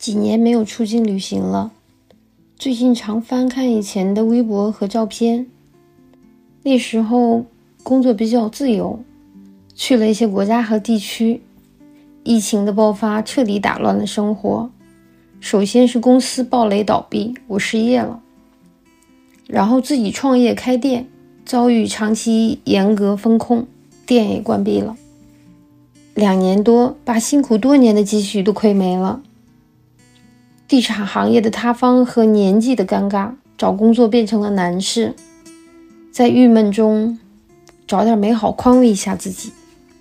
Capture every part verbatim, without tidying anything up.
几年没有出境旅行了，最近常翻看以前的微博和照片。那时候工作比较自由，去了一些国家和地区。疫情的爆发彻底打乱了生活。首先是公司暴雷倒闭，我失业了。然后自己创业开店，遭遇长期严格风控，店也关闭了。两年多，把辛苦多年的积蓄都亏没了。地产行业的塌方和年纪的尴尬，找工作变成了难事。在郁闷中找点美好宽慰一下自己。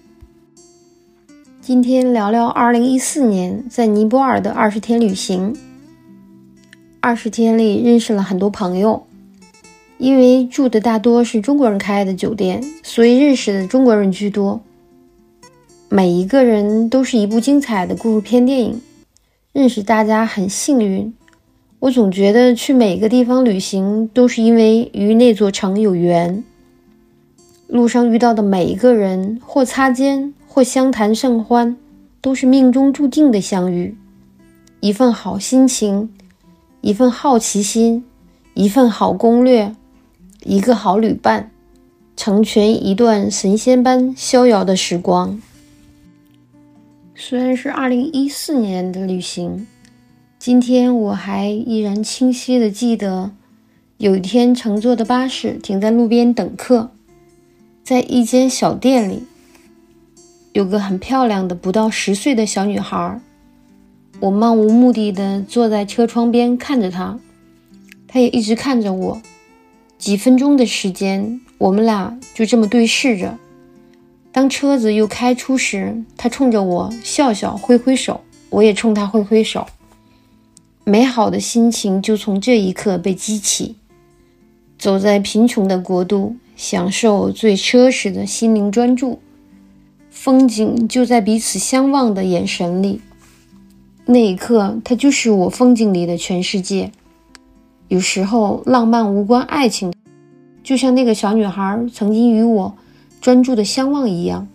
今天聊聊二零一四年在尼泊尔的二十天旅行。二十天里认识了很多朋友，因为住的大多是中国人开的酒店，所以认识的中国人居多。每一个人都是一部精彩的故事片电影，认识大家很幸运。我总觉得去每个地方旅行都是因为与那座城有缘。路上遇到的每一个人，或擦肩或相谈甚欢，都是命中注定的相遇。一份好心情，一份好奇心，一份好攻略，一个好旅伴，成全一段神仙般逍遥的时光。虽然是二零一四年的旅行，今天我还依然清晰地记得，有一天乘坐的巴士停在路边等客，在一间小店里，有个很漂亮的不到十岁的小女孩。我漫无目的地坐在车窗边看着她，她也一直看着我。几分钟的时间，我们俩就这么对视着。当车子又开出时，她冲着我笑笑挥挥手，我也冲她挥挥手。美好的心情就从这一刻被激起。走在贫穷的国度，享受最奢侈的心灵专注，风景就在彼此相望的眼神里。那一刻，它就是我风景里的全世界。有时候浪漫无关爱情，就像那个小女孩曾经与我专注的相望一样。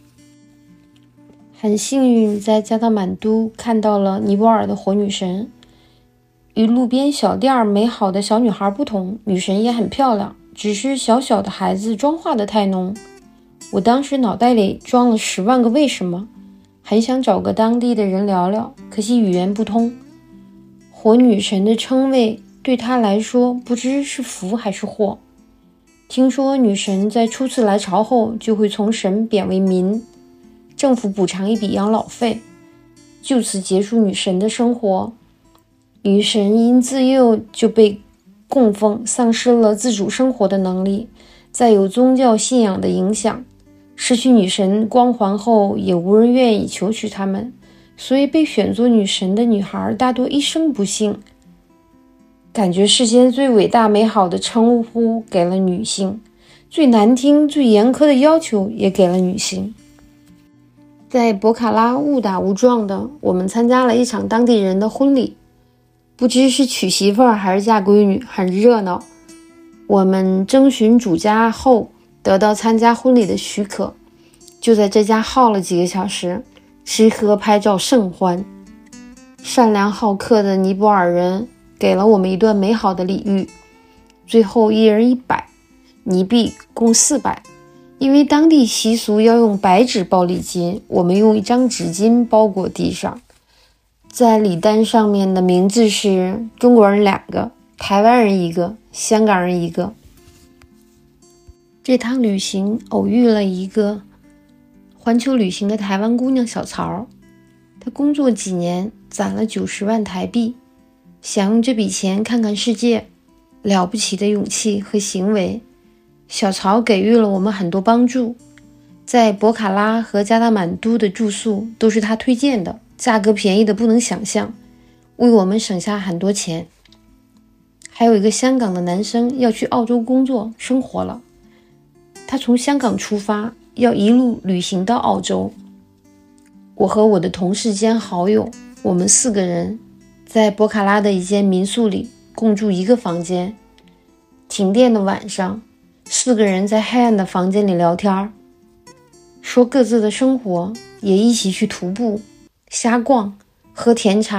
很幸运在加达满都看到了尼泊尔的火女神。与路边小店美好的小女孩不同，女神也很漂亮，只是小小的孩子妆化得太浓。我当时脑袋里装了十万个为什么，很想找个当地的人聊聊，可惜语言不通。火女神的称谓对她来说不知是福还是祸。听说女神在初次来朝后就会从神贬为民，政府补偿一笔养老费，就此结束女神的生活。女神因自幼就被供奉，丧失了自主生活的能力，再有宗教信仰的影响，失去女神光环后也无人愿意求娶她们，所以被选作女神的女孩大多一生不幸。感觉世间最伟大美好的称呼给了女性，最难听最严苛的要求也给了女性。在博卡拉误打误撞的，我们参加了一场当地人的婚礼，不知是娶媳妇儿还是嫁闺女，很热闹。我们征询主家后得到参加婚礼的许可，就在这家耗了几个小时，吃喝拍照甚欢。善良好客的尼泊尔人给了我们一段美好的礼遇，最后一人一百，尼币共四百。因为当地习俗要用白纸包礼金，我们用一张纸巾包裹地上。在礼单上面的名字是中国人两个，台湾人一个，香港人一个。这趟旅行偶遇了一个环球旅行的台湾姑娘小曹，她工作几年攒了九十万台币，想用这笔钱看看世界。了不起的勇气和行为，小曹给予了我们很多帮助。在博卡拉和加达满都的住宿都是他推荐的，价格便宜的不能想象，为我们省下很多钱。还有一个香港的男生要去澳洲工作生活了，他从香港出发，要一路旅行到澳洲。我和我的同事兼好友，我们四个人在博卡拉的一间民宿里共住一个房间。停电的晚上，四个人在黑暗的房间里聊天，说各自的生活，也一起去徒步、瞎逛、喝甜茶、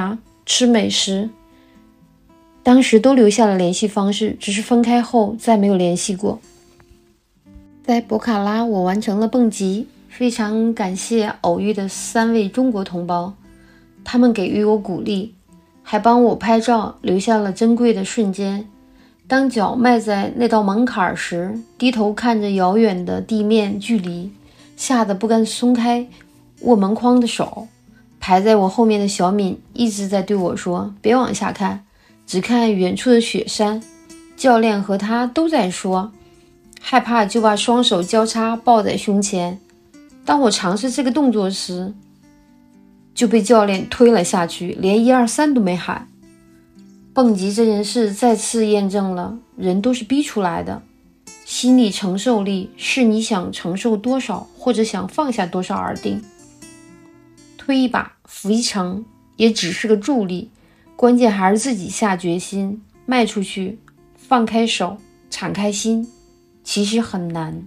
吃美食。当时都留下了联系方式，只是分开后再没有联系过。在博卡拉我完成了蹦极，非常感谢偶遇的三位中国同胞，他们给予我鼓励，还帮我拍照，留下了珍贵的瞬间。当脚迈在那道门槛时，低头看着遥远的地面距离，吓得不敢松开握门框的手。排在我后面的小敏一直在对我说，别往下看，只看远处的雪山。教练和他都在说，害怕就把双手交叉抱在胸前。当我尝试这个动作时，就被教练推了下去，连一二三都没喊。蹦极这件事再次验证了人都是逼出来的，心理承受力是你想承受多少或者想放下多少而定。推一把扶一程也只是个助力，关键还是自己下决心迈出去，放开手，敞开心，其实很难。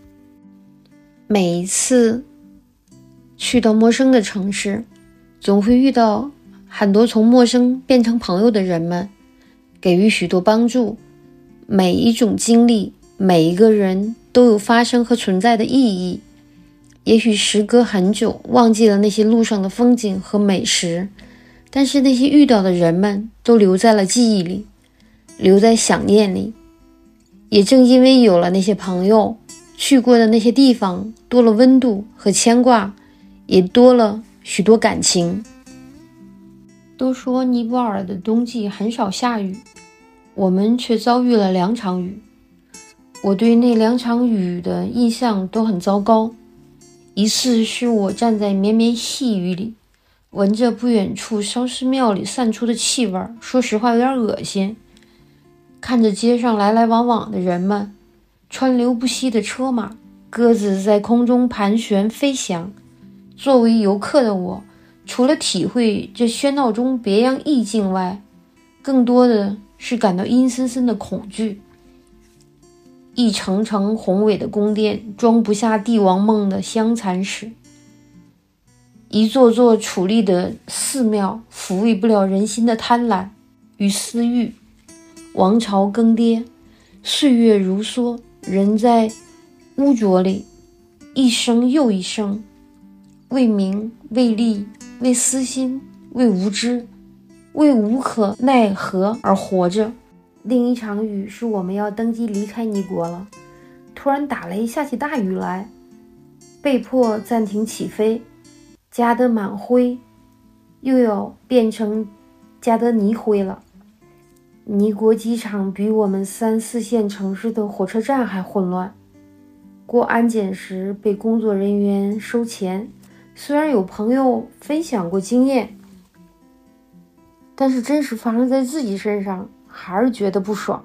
每一次去到陌生的城市，总会遇到很多从陌生变成朋友的人们，给予许多帮助。每一种经历，每一个人都有发生和存在的意义。也许时隔很久，忘记了那些路上的风景和美食，但是那些遇到的人们都留在了记忆里，留在想念里。也正因为有了那些朋友，去过的那些地方多了温度和牵挂，也多了许多感情。都说尼泊尔的冬季很少下雨，我们却遭遇了两场雨。我对那两场雨的印象都很糟糕。一次是我站在绵绵细雨里，闻着不远处烧尸庙里散出的气味，说实话有点恶心。看着街上来来往往的人们，川流不息的车马，鸽子在空中盘旋飞翔。作为游客的我，除了体会这喧闹中别样意境外，更多的是感到阴森森的恐惧。一层层宏伟的宫殿装不下帝王梦的香残史，一座座矗立的寺庙抚慰不了人心的贪婪与私欲。王朝更迭，岁月如梭，人在污浊里一生又一生，为名为利为私心为无知为无可奈何而活着。另一场雨是我们要登机离开尼国了，突然打雷下起大雨来，被迫暂停起飞，加德满灰又要变成加德尼灰了。尼国机场比我们三四线城市的火车站还混乱，过安检时被工作人员收钱。虽然有朋友分享过经验，但是真实发生在自己身上还是觉得不爽。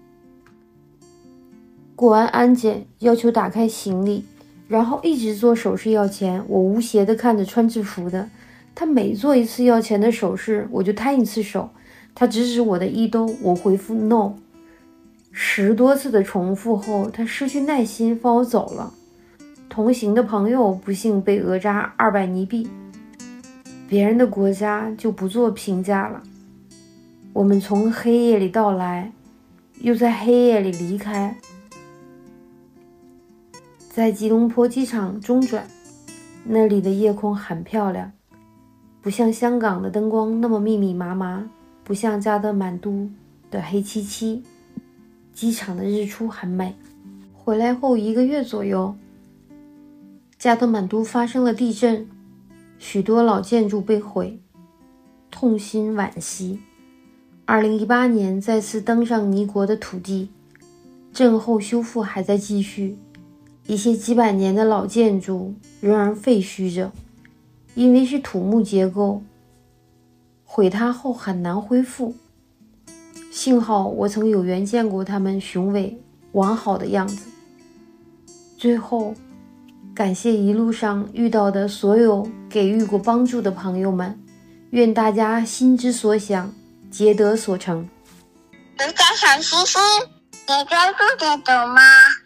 过完安检要求打开行李，然后一直做手势要钱。我无邪地看着穿制服的，他每做一次要钱的手势我就摊一次手，他指指我的衣兜，我回复 no。 十多次的重复后，他失去耐心放我走了。同行的朋友不幸被讹诈二百尼币，别人的国家就不做评价了。我们从黑夜里到来，又在黑夜里离开，在吉隆坡机场中转，那里的夜空很漂亮，不像香港的灯光那么密密麻麻，不像加德满都的黑漆漆。机场的日出很美。回来后一个月左右，加德满都发生了地震，许多老建筑被毁，痛心惋惜。二零一八年再次登上尼国的土地，震后修复还在继续，一些几百年的老建筑仍然废墟着，因为是土木结构，毁塌后很难恢复。幸好我曾有缘见过他们雄伟完好的样子。最后，感谢一路上遇到的所有给予过帮助的朋友们，愿大家心之所想，皆得所成。 能找小叔叔，也叫助姐姐吗？